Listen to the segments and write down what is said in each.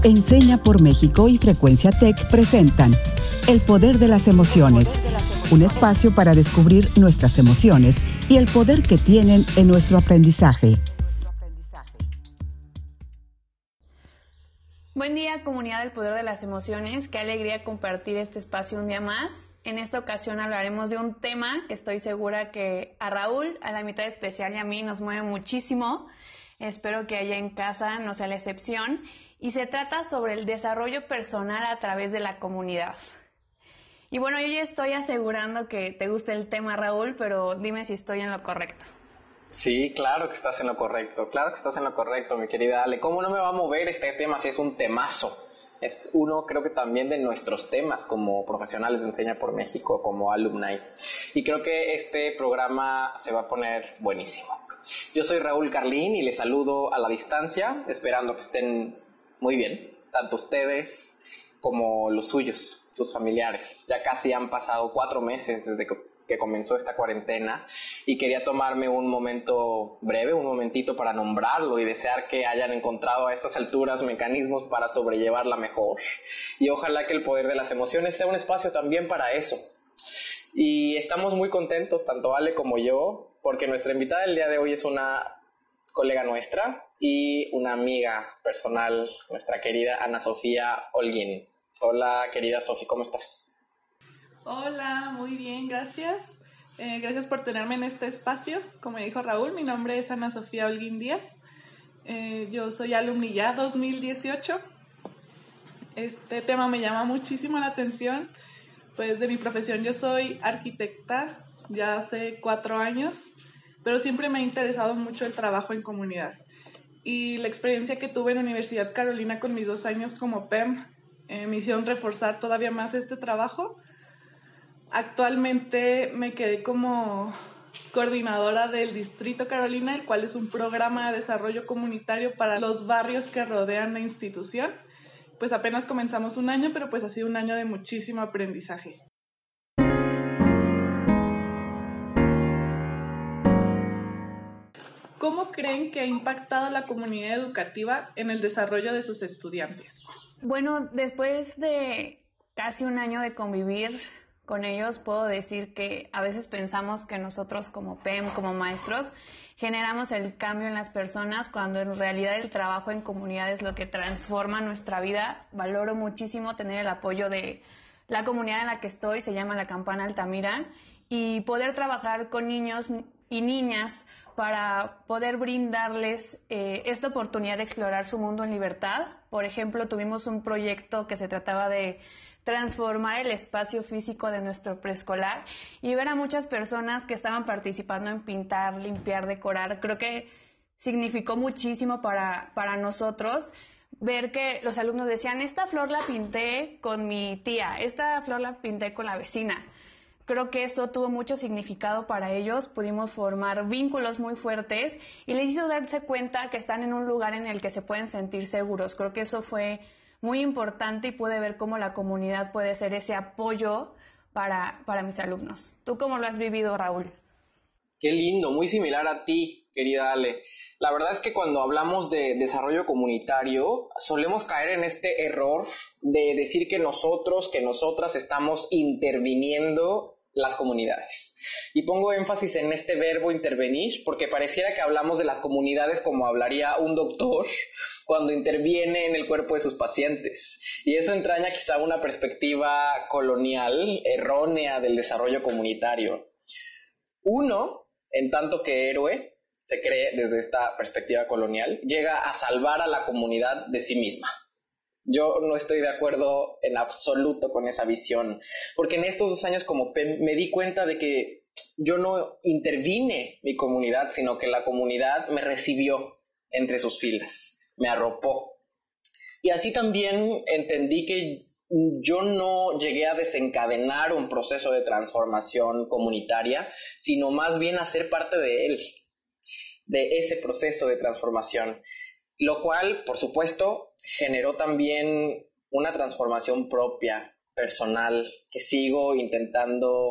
Enseña por México y Frecuencia Tech presentan El Poder de las Emociones, un espacio para descubrir nuestras emociones y el poder que tienen en nuestro aprendizaje. Buen día, comunidad del Poder de las Emociones. Qué alegría compartir este espacio un día más. En esta ocasión hablaremos de un tema que estoy segura que a Raúl, a la mitad especial y a mí nos mueve muchísimo. Espero que allá en casa no sea la excepción. Y se trata sobre el desarrollo personal a través de la comunidad. Y bueno, yo ya estoy asegurando que te gusta el tema, Raúl, pero dime si estoy en lo correcto. Sí, claro que estás en lo correcto, mi querida Ale. ¿Cómo no me va a mover este tema si es un temazo? Es uno, creo que también de nuestros temas como profesionales de Enseña por México, como alumni. Y creo que este programa se va a poner buenísimo. Yo soy Raúl Carlín y les saludo a la distancia, esperando que estén muy bien, tanto ustedes como los suyos, sus familiares. Ya casi han pasado 4 meses desde que comenzó esta cuarentena y quería tomarme un momento breve, un momentito para nombrarlo y desear que hayan encontrado a estas alturas mecanismos para sobrellevarla mejor. Y ojalá que el poder de las emociones sea un espacio también para eso. Y estamos muy contentos, tanto Ale como yo, porque nuestra invitada del día de hoy es una colega nuestra y una amiga personal, nuestra querida Ana Sofía Holguín. Hola, querida Sofi, ¿cómo estás? Hola, muy bien, gracias. Gracias por tenerme en este espacio. Como dijo Raúl, mi nombre es Ana Sofía Holguín Díaz. Yo soy alumni ya 2018. Este tema me llama muchísimo la atención. Pues de mi profesión yo soy arquitecta ya hace 4 años, pero siempre me ha interesado mucho el trabajo en comunidad. Y la experiencia que tuve en Universidad Carolina con mis 2 años como PEM me hicieron reforzar todavía más este trabajo. Actualmente me quedé como coordinadora del Distrito Carolina, el cual es un programa de desarrollo comunitario para los barrios que rodean la institución. Pues apenas comenzamos 1 año, pero pues ha sido un año de muchísimo aprendizaje. ¿Cómo creen que ha impactado la comunidad educativa en el desarrollo de sus estudiantes? Bueno, después de casi 1 año de convivir con ellos, puedo decir que a veces pensamos que nosotros como PEM, como maestros, generamos el cambio en las personas cuando en realidad el trabajo en comunidad es lo que transforma nuestra vida. Valoro muchísimo tener el apoyo de la comunidad en la que estoy, se llama La Campana Altamira, y poder trabajar con niños y niñas para poder brindarles esta oportunidad de explorar su mundo en libertad. Por ejemplo, tuvimos un proyecto que se trataba de transformar el espacio físico de nuestro preescolar y ver a muchas personas que estaban participando en pintar, limpiar, decorar. Creo que significó muchísimo para nosotros ver que los alumnos decían, esta flor la pinté con mi tía, esta flor la pinté con la vecina. Creo que eso tuvo mucho significado para ellos, pudimos formar vínculos muy fuertes y les hizo darse cuenta que están en un lugar en el que se pueden sentir seguros. Creo que eso fue muy importante y pude ver cómo la comunidad puede ser ese apoyo para mis alumnos. ¿Tú cómo lo has vivido, Raúl? Qué lindo, muy similar a ti, querida Ale. La verdad es que cuando hablamos de desarrollo comunitario, solemos caer en este error de decir que nosotros, que nosotras estamos interviniendo las comunidades. Y pongo énfasis en este verbo intervenir, porque pareciera que hablamos de las comunidades como hablaría un doctor cuando interviene en el cuerpo de sus pacientes. Y eso entraña quizá una perspectiva colonial, errónea del desarrollo comunitario. Uno, en tanto que héroe, se cree desde esta perspectiva colonial, llega a salvar a la comunidad de sí misma. Yo no estoy de acuerdo en absoluto con esa visión, porque en estos 2 años como PEM me di cuenta de que yo no intervine mi comunidad, sino que la comunidad me recibió entre sus filas, me arropó. Y así también entendí que yo no llegué a desencadenar un proceso de transformación comunitaria, sino más bien a ser parte de él, de ese proceso de transformación, lo cual, por supuesto, generó también una transformación propia, personal, que sigo intentando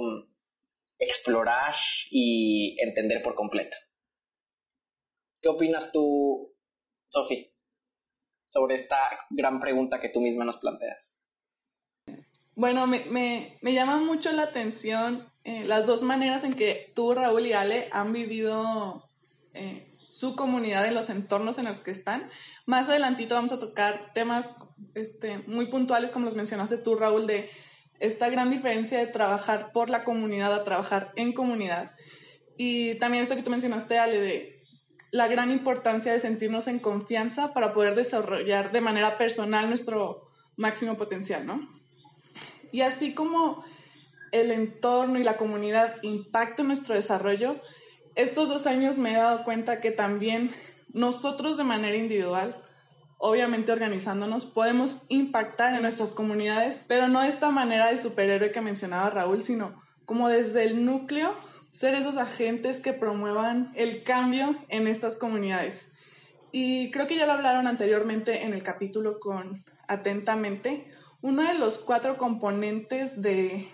explorar y entender por completo. ¿Qué opinas tú, Sofi? sobre esta gran pregunta que tú misma nos planteas? Bueno, me llama mucho la atención las dos maneras en que tú, Raúl y Ale han vivido su comunidad en los entornos en los que están. Más adelantito vamos a tocar temas muy puntuales, como los mencionaste tú, Raúl, de esta gran diferencia de trabajar por la comunidad a trabajar en comunidad. Y también esto que tú mencionaste, Ale, de la gran importancia de sentirnos en confianza para poder desarrollar de manera personal nuestro máximo potencial, ¿no? Y así como el entorno y la comunidad impactan nuestro desarrollo, estos 2 años me he dado cuenta que también nosotros de manera individual, obviamente organizándonos, podemos impactar en nuestras comunidades, pero no de esta manera de superhéroe que mencionaba Raúl, sino como desde el núcleo, ser esos agentes que promuevan el cambio en estas comunidades. Y creo que ya lo hablaron anteriormente en el capítulo con Atentamente. Uno de los 4 componentes del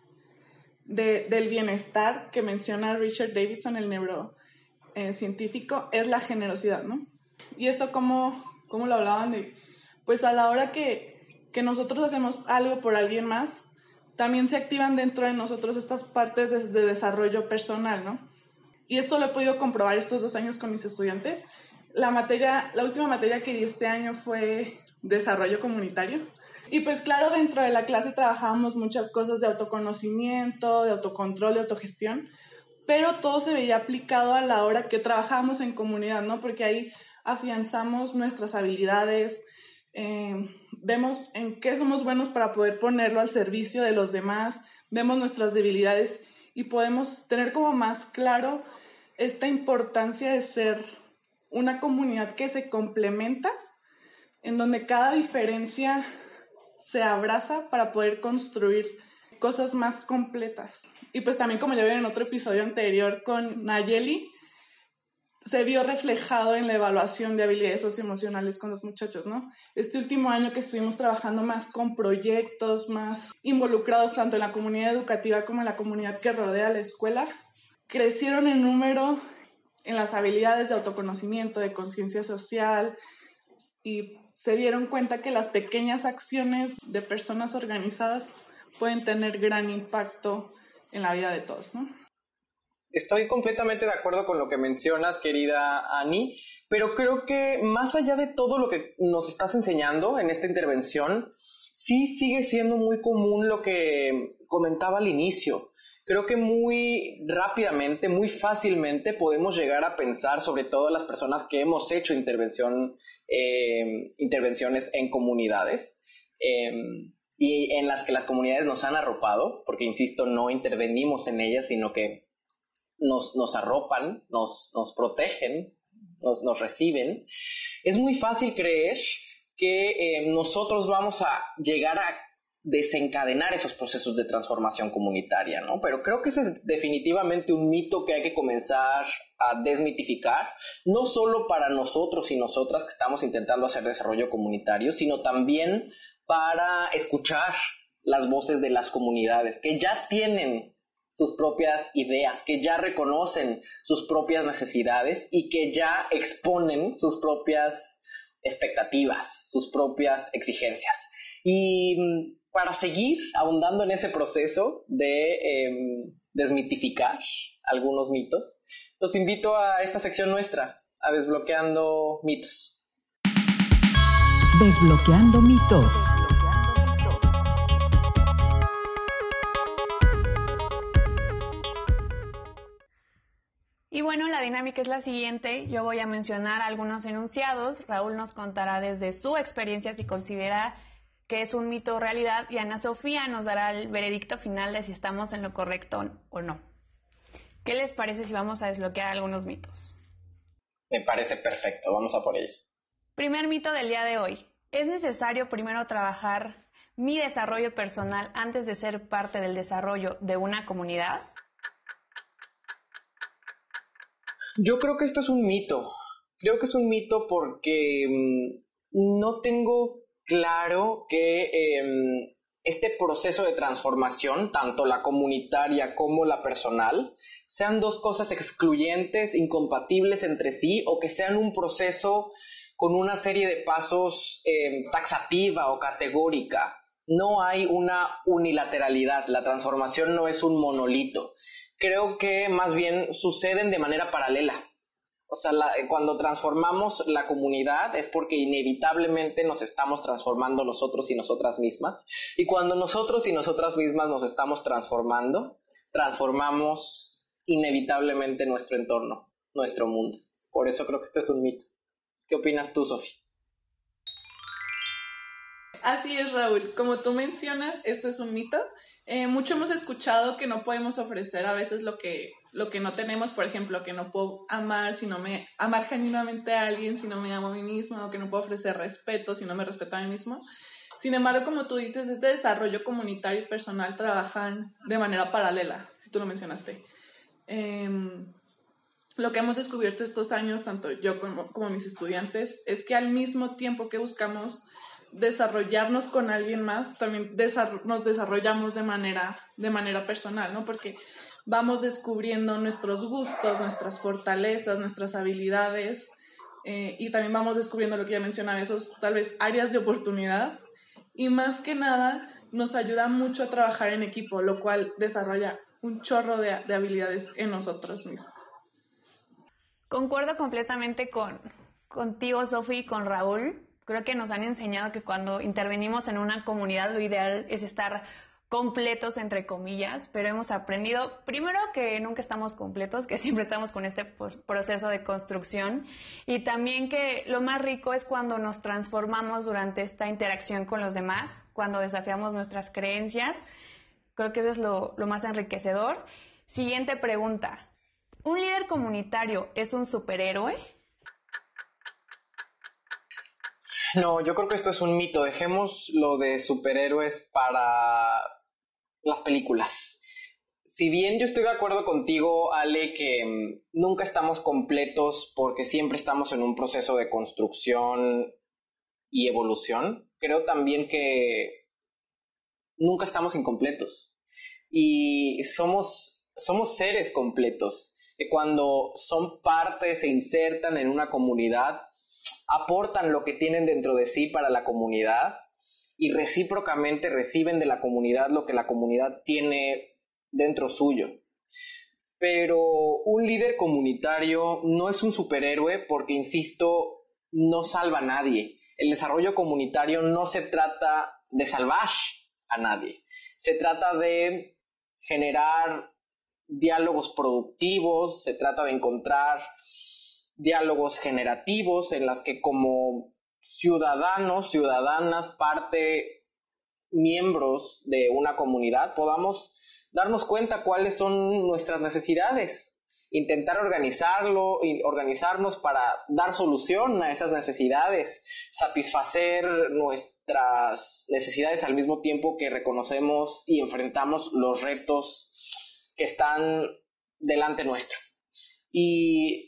bienestar que menciona Richard Davidson, el neurocientífico, es la generosidad, ¿no? Y esto, ¿cómo lo hablaban? Pues a la hora que nosotros hacemos algo por alguien más, también se activan dentro de nosotros estas partes de desarrollo personal, ¿no? Y esto lo he podido comprobar estos 2 años con mis estudiantes. La última materia que di este año fue desarrollo comunitario. Y pues claro, dentro de la clase trabajábamos muchas cosas de autoconocimiento, de autocontrol, de autogestión, pero todo se veía aplicado a la hora que trabajábamos en comunidad, ¿no? Porque ahí afianzamos nuestras habilidades, vemos en qué somos buenos para poder ponerlo al servicio de los demás, vemos nuestras debilidades y podemos tener como más claro esta importancia de ser una comunidad que se complementa, en donde cada diferencia se abraza para poder construir cosas más completas. Y pues también, como ya vieron en otro episodio anterior con Nayeli, se vio reflejado en la evaluación de habilidades socioemocionales con los muchachos, ¿no? Este último año que estuvimos trabajando más con proyectos, más involucrados tanto en la comunidad educativa como en la comunidad que rodea la escuela, crecieron en número en las habilidades de autoconocimiento, de conciencia social, y se dieron cuenta que las pequeñas acciones de personas organizadas pueden tener gran impacto en la vida de todos, ¿no? Estoy completamente de acuerdo con lo que mencionas, querida Ani, pero creo que más allá de todo lo que nos estás enseñando en esta intervención, sí sigue siendo muy común lo que comentaba al inicio. Creo que muy rápidamente, muy fácilmente podemos llegar a pensar, sobre todo las personas que hemos hecho intervenciones en comunidades y en las que las comunidades nos han arropado, porque insisto, no intervenimos en ellas, sino que nos arropan, nos protegen, nos reciben. Es muy fácil creer que nosotros vamos a llegar a desencadenar esos procesos de transformación comunitaria, ¿no? Pero creo que ese es definitivamente un mito que hay que comenzar a desmitificar, no solo para nosotros y nosotras que estamos intentando hacer desarrollo comunitario, sino también para escuchar las voces de las comunidades que ya tienen sus propias ideas, que ya reconocen sus propias necesidades y que ya exponen sus propias expectativas, sus propias exigencias. Y para seguir ahondando en ese proceso de desmitificar algunos mitos, los invito a esta sección nuestra, a Desbloqueando Mitos. Desbloqueando mitos. Y bueno, la dinámica es la siguiente. Yo voy a mencionar algunos enunciados. Raúl nos contará desde su experiencia si considera que es un mito o realidad, y Ana Sofía nos dará el veredicto final de si estamos en lo correcto o no. ¿Qué les parece si vamos a desbloquear algunos mitos? Me parece perfecto, vamos a por ellos. Primer mito del día de hoy. ¿Es necesario primero trabajar mi desarrollo personal antes de ser parte del desarrollo de una comunidad? Yo creo que esto es un mito. Creo que es un mito porque no tengo claro que este proceso de transformación, tanto la comunitaria como la personal, sean dos cosas excluyentes, incompatibles entre sí, o que sean un proceso con una serie de pasos taxativa o categórica. No hay una unilateralidad, la transformación no es un monolito. Creo que más bien suceden de manera paralela. O sea, cuando transformamos la comunidad es porque inevitablemente nos estamos transformando nosotros y nosotras mismas. Y cuando nosotros y nosotras mismas nos estamos transformando, transformamos inevitablemente nuestro entorno, nuestro mundo. Por eso creo que este es un mito. ¿Qué opinas tú, Sofía? Así es, Raúl. Como tú mencionas, esto es un mito. Mucho hemos escuchado que no podemos ofrecer a veces lo que no tenemos, por ejemplo, que no puedo amar amar genuinamente a alguien si no me amo a mí misma, o que no puedo ofrecer respeto si no me respeto a mí mismo. Sin embargo, como tú dices, este desarrollo comunitario y personal trabajan de manera paralela, si tú lo mencionaste. Lo que hemos descubierto estos años, tanto yo como mis estudiantes, es que al mismo tiempo que buscamos desarrollarnos con alguien más, también nos desarrollamos de manera personal, ¿no? Porque vamos descubriendo nuestros gustos, nuestras fortalezas, nuestras habilidades, y también vamos descubriendo lo que ya mencionaba, esos tal vez áreas de oportunidad, y más que nada nos ayuda mucho a trabajar en equipo, lo cual desarrolla un chorro de habilidades en nosotros mismos. Concuerdo completamente contigo, Sofi, y con Raúl. Creo que nos han enseñado que cuando intervenimos en una comunidad lo ideal es estar completos, entre comillas, pero hemos aprendido primero que nunca estamos completos, que siempre estamos con este proceso de construcción, y también que lo más rico es cuando nos transformamos durante esta interacción con los demás, cuando desafiamos nuestras creencias. Creo que eso es lo más enriquecedor. Siguiente pregunta. ¿Un líder comunitario es un superhéroe? No, yo creo que esto es un mito. Dejemos lo de superhéroes para las películas. Si bien yo estoy de acuerdo contigo, Ale, que nunca estamos completos porque siempre estamos en un proceso de construcción y evolución, creo también que nunca estamos incompletos. Y somos seres completos, que cuando son parte, se insertan en una comunidad, aportan lo que tienen dentro de sí para la comunidad y recíprocamente reciben de la comunidad lo que la comunidad tiene dentro suyo. Pero un líder comunitario no es un superhéroe porque, insisto, no salva a nadie. El desarrollo comunitario no se trata de salvar a nadie. Se trata de generar diálogos productivos, se trata de encontrar diálogos generativos en las que como ciudadanos, ciudadanas, miembros de una comunidad, podamos darnos cuenta cuáles son nuestras necesidades, intentar organizarnos para dar solución a esas necesidades, satisfacer nuestras necesidades al mismo tiempo que reconocemos y enfrentamos los retos que están delante nuestro. Y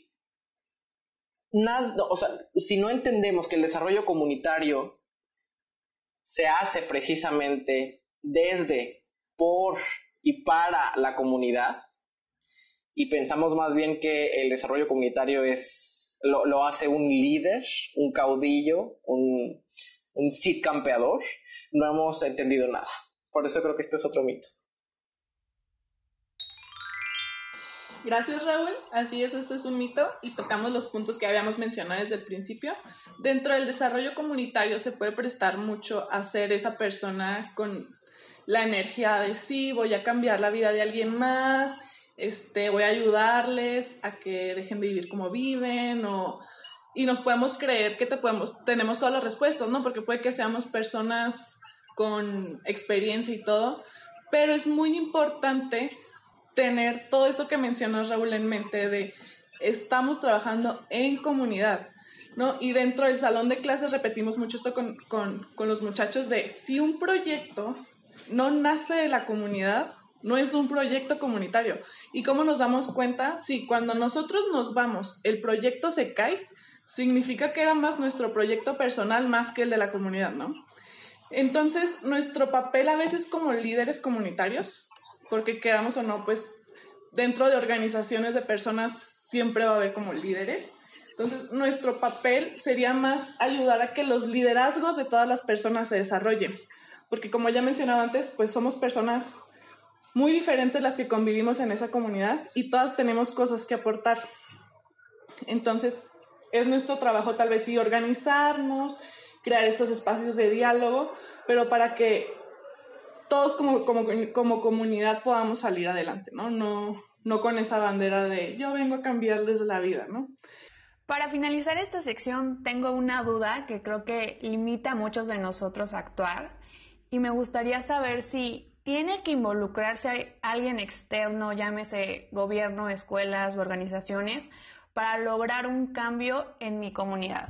si no entendemos que el desarrollo comunitario se hace precisamente desde, por y para la comunidad, y pensamos más bien que el desarrollo comunitario lo hace un líder, un caudillo, un Cid campeador, no hemos entendido nada. Por eso creo que este es otro mito. Gracias, Raúl. Así es, esto es un mito y tocamos los puntos que habíamos mencionado desde el principio. Dentro del desarrollo comunitario se puede prestar mucho a ser esa persona con la energía de sí, voy a cambiar la vida de alguien más, voy a ayudarles a que dejen de vivir como viven, y nos podemos creer que tenemos todas las respuestas, ¿no? Porque puede que seamos personas con experiencia y todo, pero es muy importante tener todo esto que mencionas, Raúl, en mente de estamos trabajando en comunidad, ¿no? Y dentro del salón de clases repetimos mucho esto con los muchachos de si un proyecto no nace de la comunidad, no es un proyecto comunitario. ¿Y cómo nos damos cuenta? Si cuando nosotros nos vamos, el proyecto se cae, significa que era más nuestro proyecto personal más que el de la comunidad, ¿no? Entonces, nuestro papel a veces como líderes comunitarios, porque queramos o no, pues dentro de organizaciones de personas siempre va a haber como líderes, Entonces, nuestro papel sería más ayudar a que los liderazgos de todas las personas se desarrollen, porque como ya mencionaba antes, pues somos personas muy diferentes las que convivimos en esa comunidad y todas tenemos cosas que aportar. Entonces, es nuestro trabajo tal vez sí organizarnos, crear estos espacios de diálogo, pero para que todos como comunidad podamos salir adelante, ¿no? No con esa bandera de yo vengo a cambiarles la vida, ¿no? Para finalizar esta sección, tengo una duda que creo que limita a muchos de nosotros a actuar y me gustaría saber si tiene que involucrarse alguien externo, llámese gobierno, escuelas u organizaciones, para lograr un cambio en mi comunidad.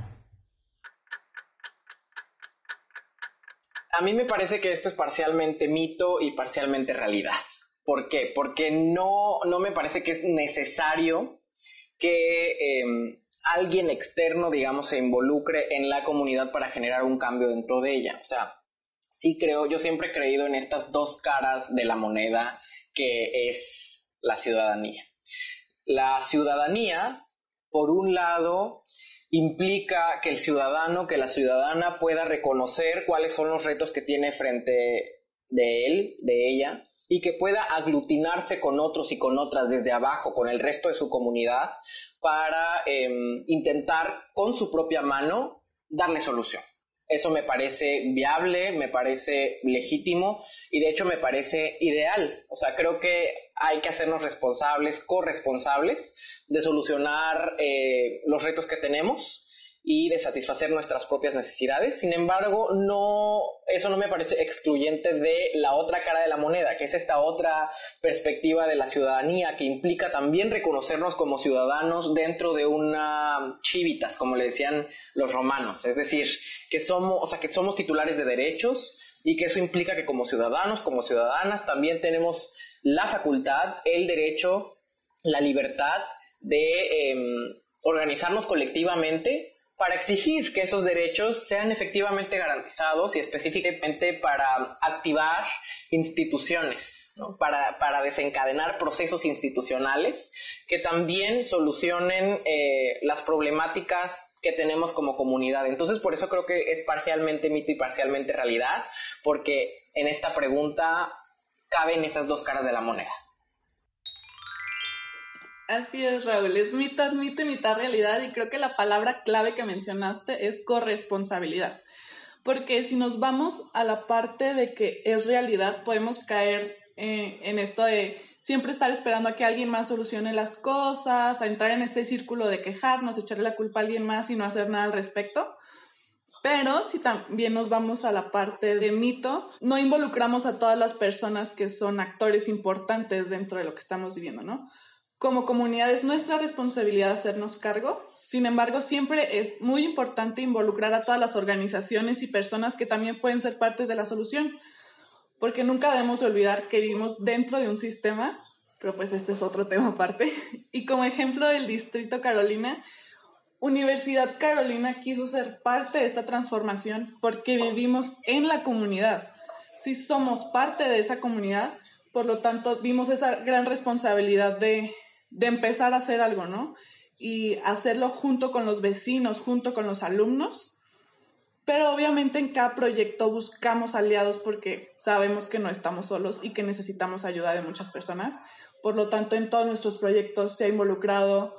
A mí me parece que esto es parcialmente mito y parcialmente realidad. ¿Por qué? Porque no me parece que es necesario que alguien externo, digamos, se involucre en la comunidad para generar un cambio dentro de ella. O sea, yo siempre he creído en estas dos caras de la moneda que es la ciudadanía. La ciudadanía, por un lado, implica que el ciudadano, que la ciudadana pueda reconocer cuáles son los retos que tiene frente de él, de ella, y que pueda aglutinarse con otros y con otras desde abajo, con el resto de su comunidad, para intentar con su propia mano darle solución. Eso me parece viable, me parece legítimo y de hecho me parece ideal. O sea, creo que hay que hacernos responsables, corresponsables de solucionar los retos que tenemos y de satisfacer nuestras propias necesidades. Sin embargo, eso no me parece excluyente de la otra cara de la moneda, que es esta otra perspectiva de la ciudadanía, que implica también reconocernos como ciudadanos dentro de una civitas, como le decían los romanos. Es decir, que somos titulares de derechos y que eso implica que como ciudadanos, como ciudadanas, también tenemos la facultad, el derecho, la libertad de organizarnos colectivamente para exigir que esos derechos sean efectivamente garantizados y específicamente para activar instituciones, ¿no? Para desencadenar procesos institucionales que también solucionen las problemáticas que tenemos como comunidad. Entonces, por eso creo que es parcialmente mito y parcialmente realidad, porque en esta pregunta caben esas dos caras de la moneda. Así es, Raúl, es mitad mito y mitad realidad, y creo que la palabra clave que mencionaste es corresponsabilidad, porque si nos vamos a la parte de que es realidad, podemos caer en esto de siempre estar esperando a que alguien más solucione las cosas, a entrar en este círculo de quejarnos, echarle la culpa a alguien más y no hacer nada al respecto. Pero si también nos vamos a la parte de mito, no involucramos a todas las personas que son actores importantes dentro de lo que estamos viviendo, ¿no? Como comunidad es nuestra responsabilidad hacernos cargo. Sin embargo, siempre es muy importante involucrar a todas las organizaciones y personas que también pueden ser partes de la solución, porque nunca debemos olvidar que vivimos dentro de un sistema, pero pues este es otro tema aparte. Y como ejemplo del Distrito Carolina, Universidad Carolina quiso ser parte de esta transformación porque vivimos en la comunidad. Si somos parte de esa comunidad, por lo tanto, vimos esa gran responsabilidad de empezar a hacer algo, ¿no? Y hacerlo junto con los vecinos, junto con los alumnos. Pero obviamente en cada proyecto buscamos aliados porque sabemos que no estamos solos y que necesitamos ayuda de muchas personas. Por lo tanto, en todos nuestros proyectos se ha involucrado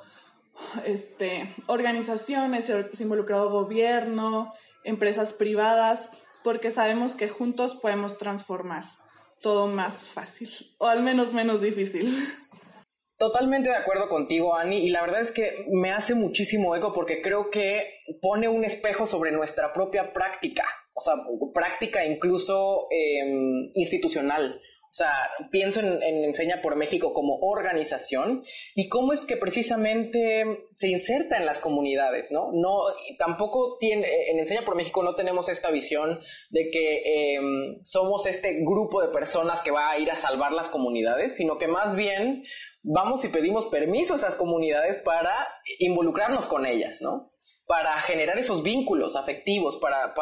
organizaciones, se ha involucrado gobierno, empresas privadas, porque sabemos que juntos podemos transformar todo más fácil, o al menos menos difícil. Totalmente de acuerdo contigo, Ani, y la verdad es que me hace muchísimo eco porque creo que pone un espejo sobre nuestra propia práctica, o sea, práctica incluso institucional. O sea, pienso en Enseña por México como organización y cómo es que precisamente se inserta en las comunidades, ¿no? Tampoco en Enseña por México no tenemos esta visión de que somos este grupo de personas que va a ir a salvar las comunidades, sino que más bien vamos y pedimos permiso a esas comunidades para involucrarnos con ellas, ¿no? Para generar esos vínculos afectivos,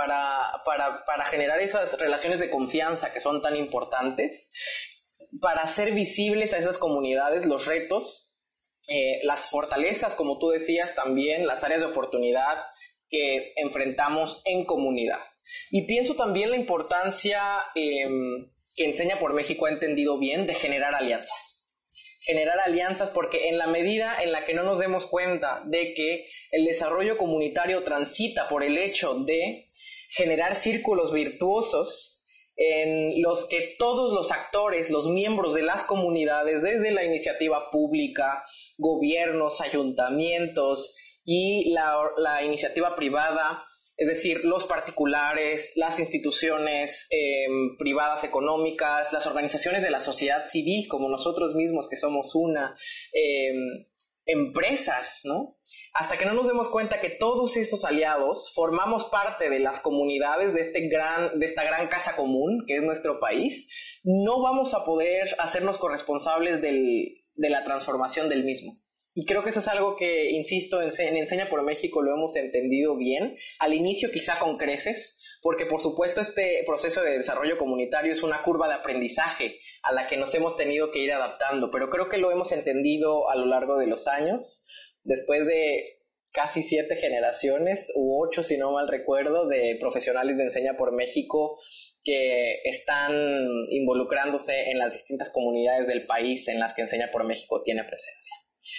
para generar esas relaciones de confianza que son tan importantes, para hacer visibles a esas comunidades los retos las fortalezas, como tú decías, también las áreas de oportunidad que enfrentamos en comunidad. Y pienso también la importancia que Enseña por México ha entendido bien de generar alianzas. Generar alianzas porque en la medida en la que no nos demos cuenta de que el desarrollo comunitario transita por el hecho de generar círculos virtuosos en los que todos los actores, los miembros de las comunidades, desde la iniciativa pública, gobiernos, ayuntamientos y la iniciativa privada, es decir, los particulares, las instituciones privadas económicas, las organizaciones de la sociedad civil, como nosotros mismos que somos una, empresas, ¿no? Hasta que no nos demos cuenta que todos estos aliados formamos parte de las comunidades de esta gran casa común que es nuestro país, no vamos a poder hacernos corresponsables de la transformación del mismo. Y creo que eso es algo que, insisto, en Enseña por México lo hemos entendido bien, al inicio quizá con creces, porque por supuesto este proceso de desarrollo comunitario es una curva de aprendizaje a la que nos hemos tenido que ir adaptando, pero creo que lo hemos entendido a lo largo de los años, después de casi 7 generaciones, u 8 si no mal recuerdo, de profesionales de Enseña por México que están involucrándose en las distintas comunidades del país en las que Enseña por México tiene presencia.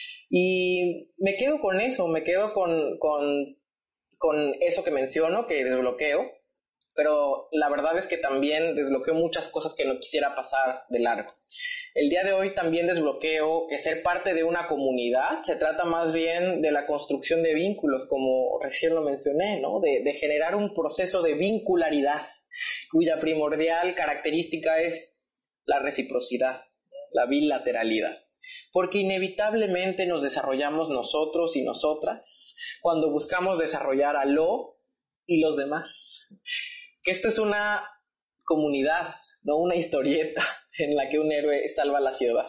Y me quedo con eso, me quedo con eso que menciono, que desbloqueo, pero la verdad es que también desbloqueo muchas cosas que no quisiera pasar de largo. El día de hoy también desbloqueo que ser parte de una comunidad se trata más bien de la construcción de vínculos, como recién lo mencioné, ¿no? De generar un proceso de vincularidad, cuya primordial característica es la reciprocidad, la bilateralidad. Porque inevitablemente nos desarrollamos nosotros y nosotras cuando buscamos desarrollar a lo y los demás. Que esto es una comunidad, no una historieta en la que un héroe salva la ciudad.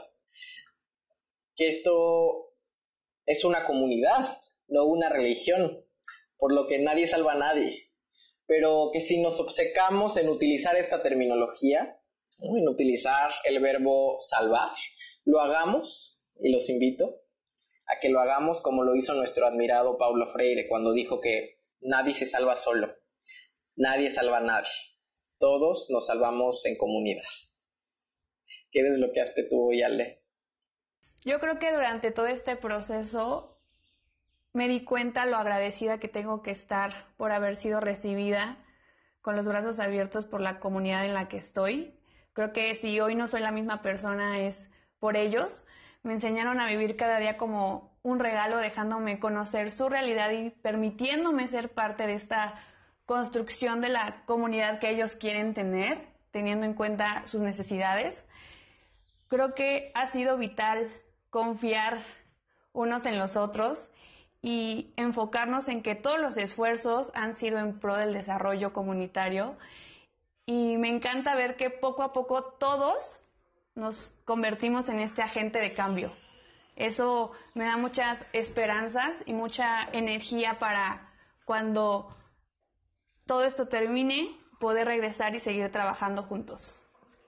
Que esto es una comunidad, no una religión, por lo que nadie salva a nadie. Pero que si nos obcecamos en utilizar esta terminología, ¿no? En utilizar el verbo salvar, lo hagamos, y los invito a que lo hagamos como lo hizo nuestro admirado Paulo Freire cuando dijo que nadie se salva solo, nadie salva a nadie, todos nos salvamos en comunidad. ¿Qué desbloqueaste tú hoy, Ale? Yo creo que durante todo este proceso me di cuenta lo agradecida que tengo que estar por haber sido recibida con los brazos abiertos por la comunidad en la que estoy. Creo que si hoy no soy la misma persona es por ellos. Me enseñaron a vivir cada día como un regalo, dejándome conocer su realidad y permitiéndome ser parte de esta construcción de la comunidad que ellos quieren tener, teniendo en cuenta sus necesidades. Creo que ha sido vital confiar unos en los otros y enfocarnos en que todos los esfuerzos han sido en pro del desarrollo comunitario. Y me encanta ver que poco a poco todos nos convertimos en este agente de cambio. Eso me da muchas esperanzas y mucha energía para cuando todo esto termine, poder regresar y seguir trabajando juntos.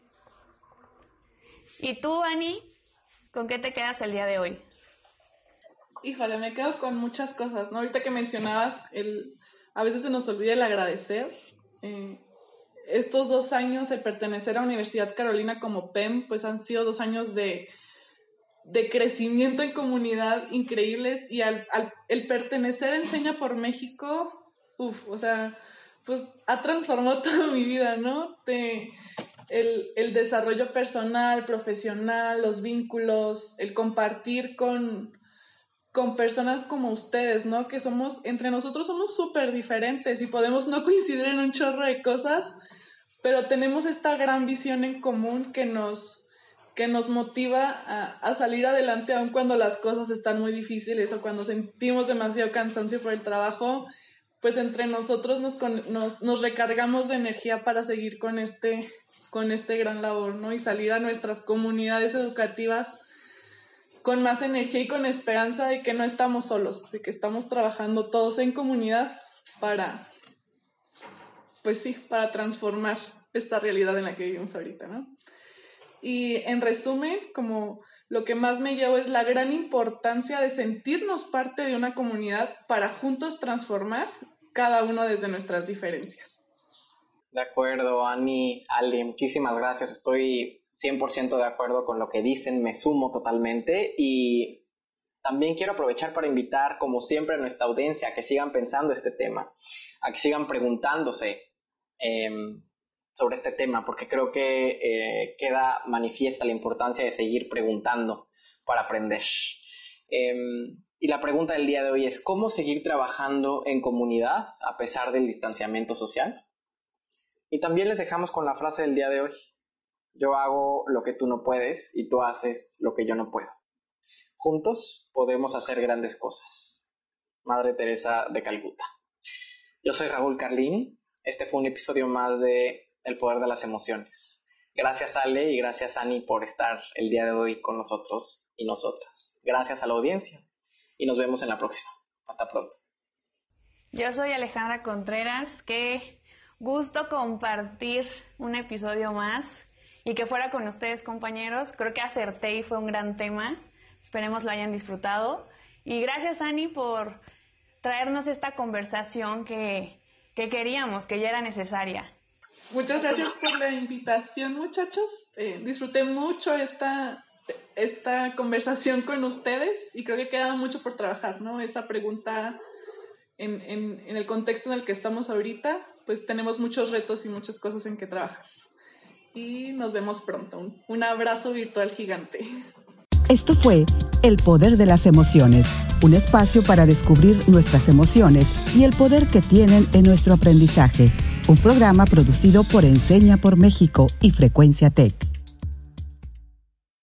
¿Y tú, Ani, con qué te quedas el día de hoy? Híjole, me quedo con muchas cosas, ¿no? Ahorita que mencionabas, a veces se nos olvida el agradecer. Estos 2 años de pertenecer a Universidad Carolina como PEM, pues han sido 2 años de crecimiento en comunidad increíbles, y el pertenecer a Enseña por México, o sea, pues ha transformado toda mi vida, ¿no? El desarrollo personal, profesional, los vínculos, el compartir con personas como ustedes, ¿no? Que entre nosotros somos súper diferentes y podemos no coincidir en un chorro de cosas, pero tenemos esta gran visión en común que nos motiva a salir adelante aun cuando las cosas están muy difíciles o cuando sentimos demasiado cansancio por el trabajo. Pues entre nosotros nos recargamos de energía para seguir con este gran labor, ¿no? Y salir a nuestras comunidades educativas con más energía y con esperanza de que no estamos solos, de que estamos trabajando todos en comunidad para transformar esta realidad en la que vivimos ahorita, ¿no? Y en resumen, como lo que más me llevo es la gran importancia de sentirnos parte de una comunidad para juntos transformar cada uno desde nuestras diferencias. De acuerdo, Ani, Ale, muchísimas gracias. Estoy 100% de acuerdo con lo que dicen, me sumo totalmente y también quiero aprovechar para invitar, como siempre, a nuestra audiencia a que sigan pensando este tema, a que sigan preguntándose sobre este tema, porque creo que queda manifiesta la importancia de seguir preguntando para aprender. Y la pregunta del día de hoy es, ¿cómo seguir trabajando en comunidad a pesar del distanciamiento social? Y también les dejamos con la frase del día de hoy. Yo hago lo que tú no puedes y tú haces lo que yo no puedo. Juntos podemos hacer grandes cosas. Madre Teresa de Calcuta. Yo soy Raúl Carlín. Este fue un episodio más de El Poder de las Emociones. Gracias, Ale, y gracias, Ani, por estar el día de hoy con nosotros y nosotras. Gracias a la audiencia y nos vemos en la próxima. Hasta pronto. Yo soy Alejandra Contreras. Qué gusto compartir un episodio más y que fuera con ustedes, compañeros. Creo que acerté y fue un gran tema. Esperemos lo hayan disfrutado. Y gracias, Ani, por traernos esta conversación que queríamos, que ya era necesaria. Muchas gracias por la invitación, muchachos. Disfruté mucho esta conversación con ustedes y creo que queda mucho por trabajar, ¿no? Esa pregunta en el contexto en el que estamos ahorita, pues tenemos muchos retos y muchas cosas en que trabajar. Y nos vemos pronto. Un abrazo virtual gigante. Esto fue El Poder de las Emociones, un espacio para descubrir nuestras emociones y el poder que tienen en nuestro aprendizaje. Un programa producido por Enseña por México y Frecuencia Tech.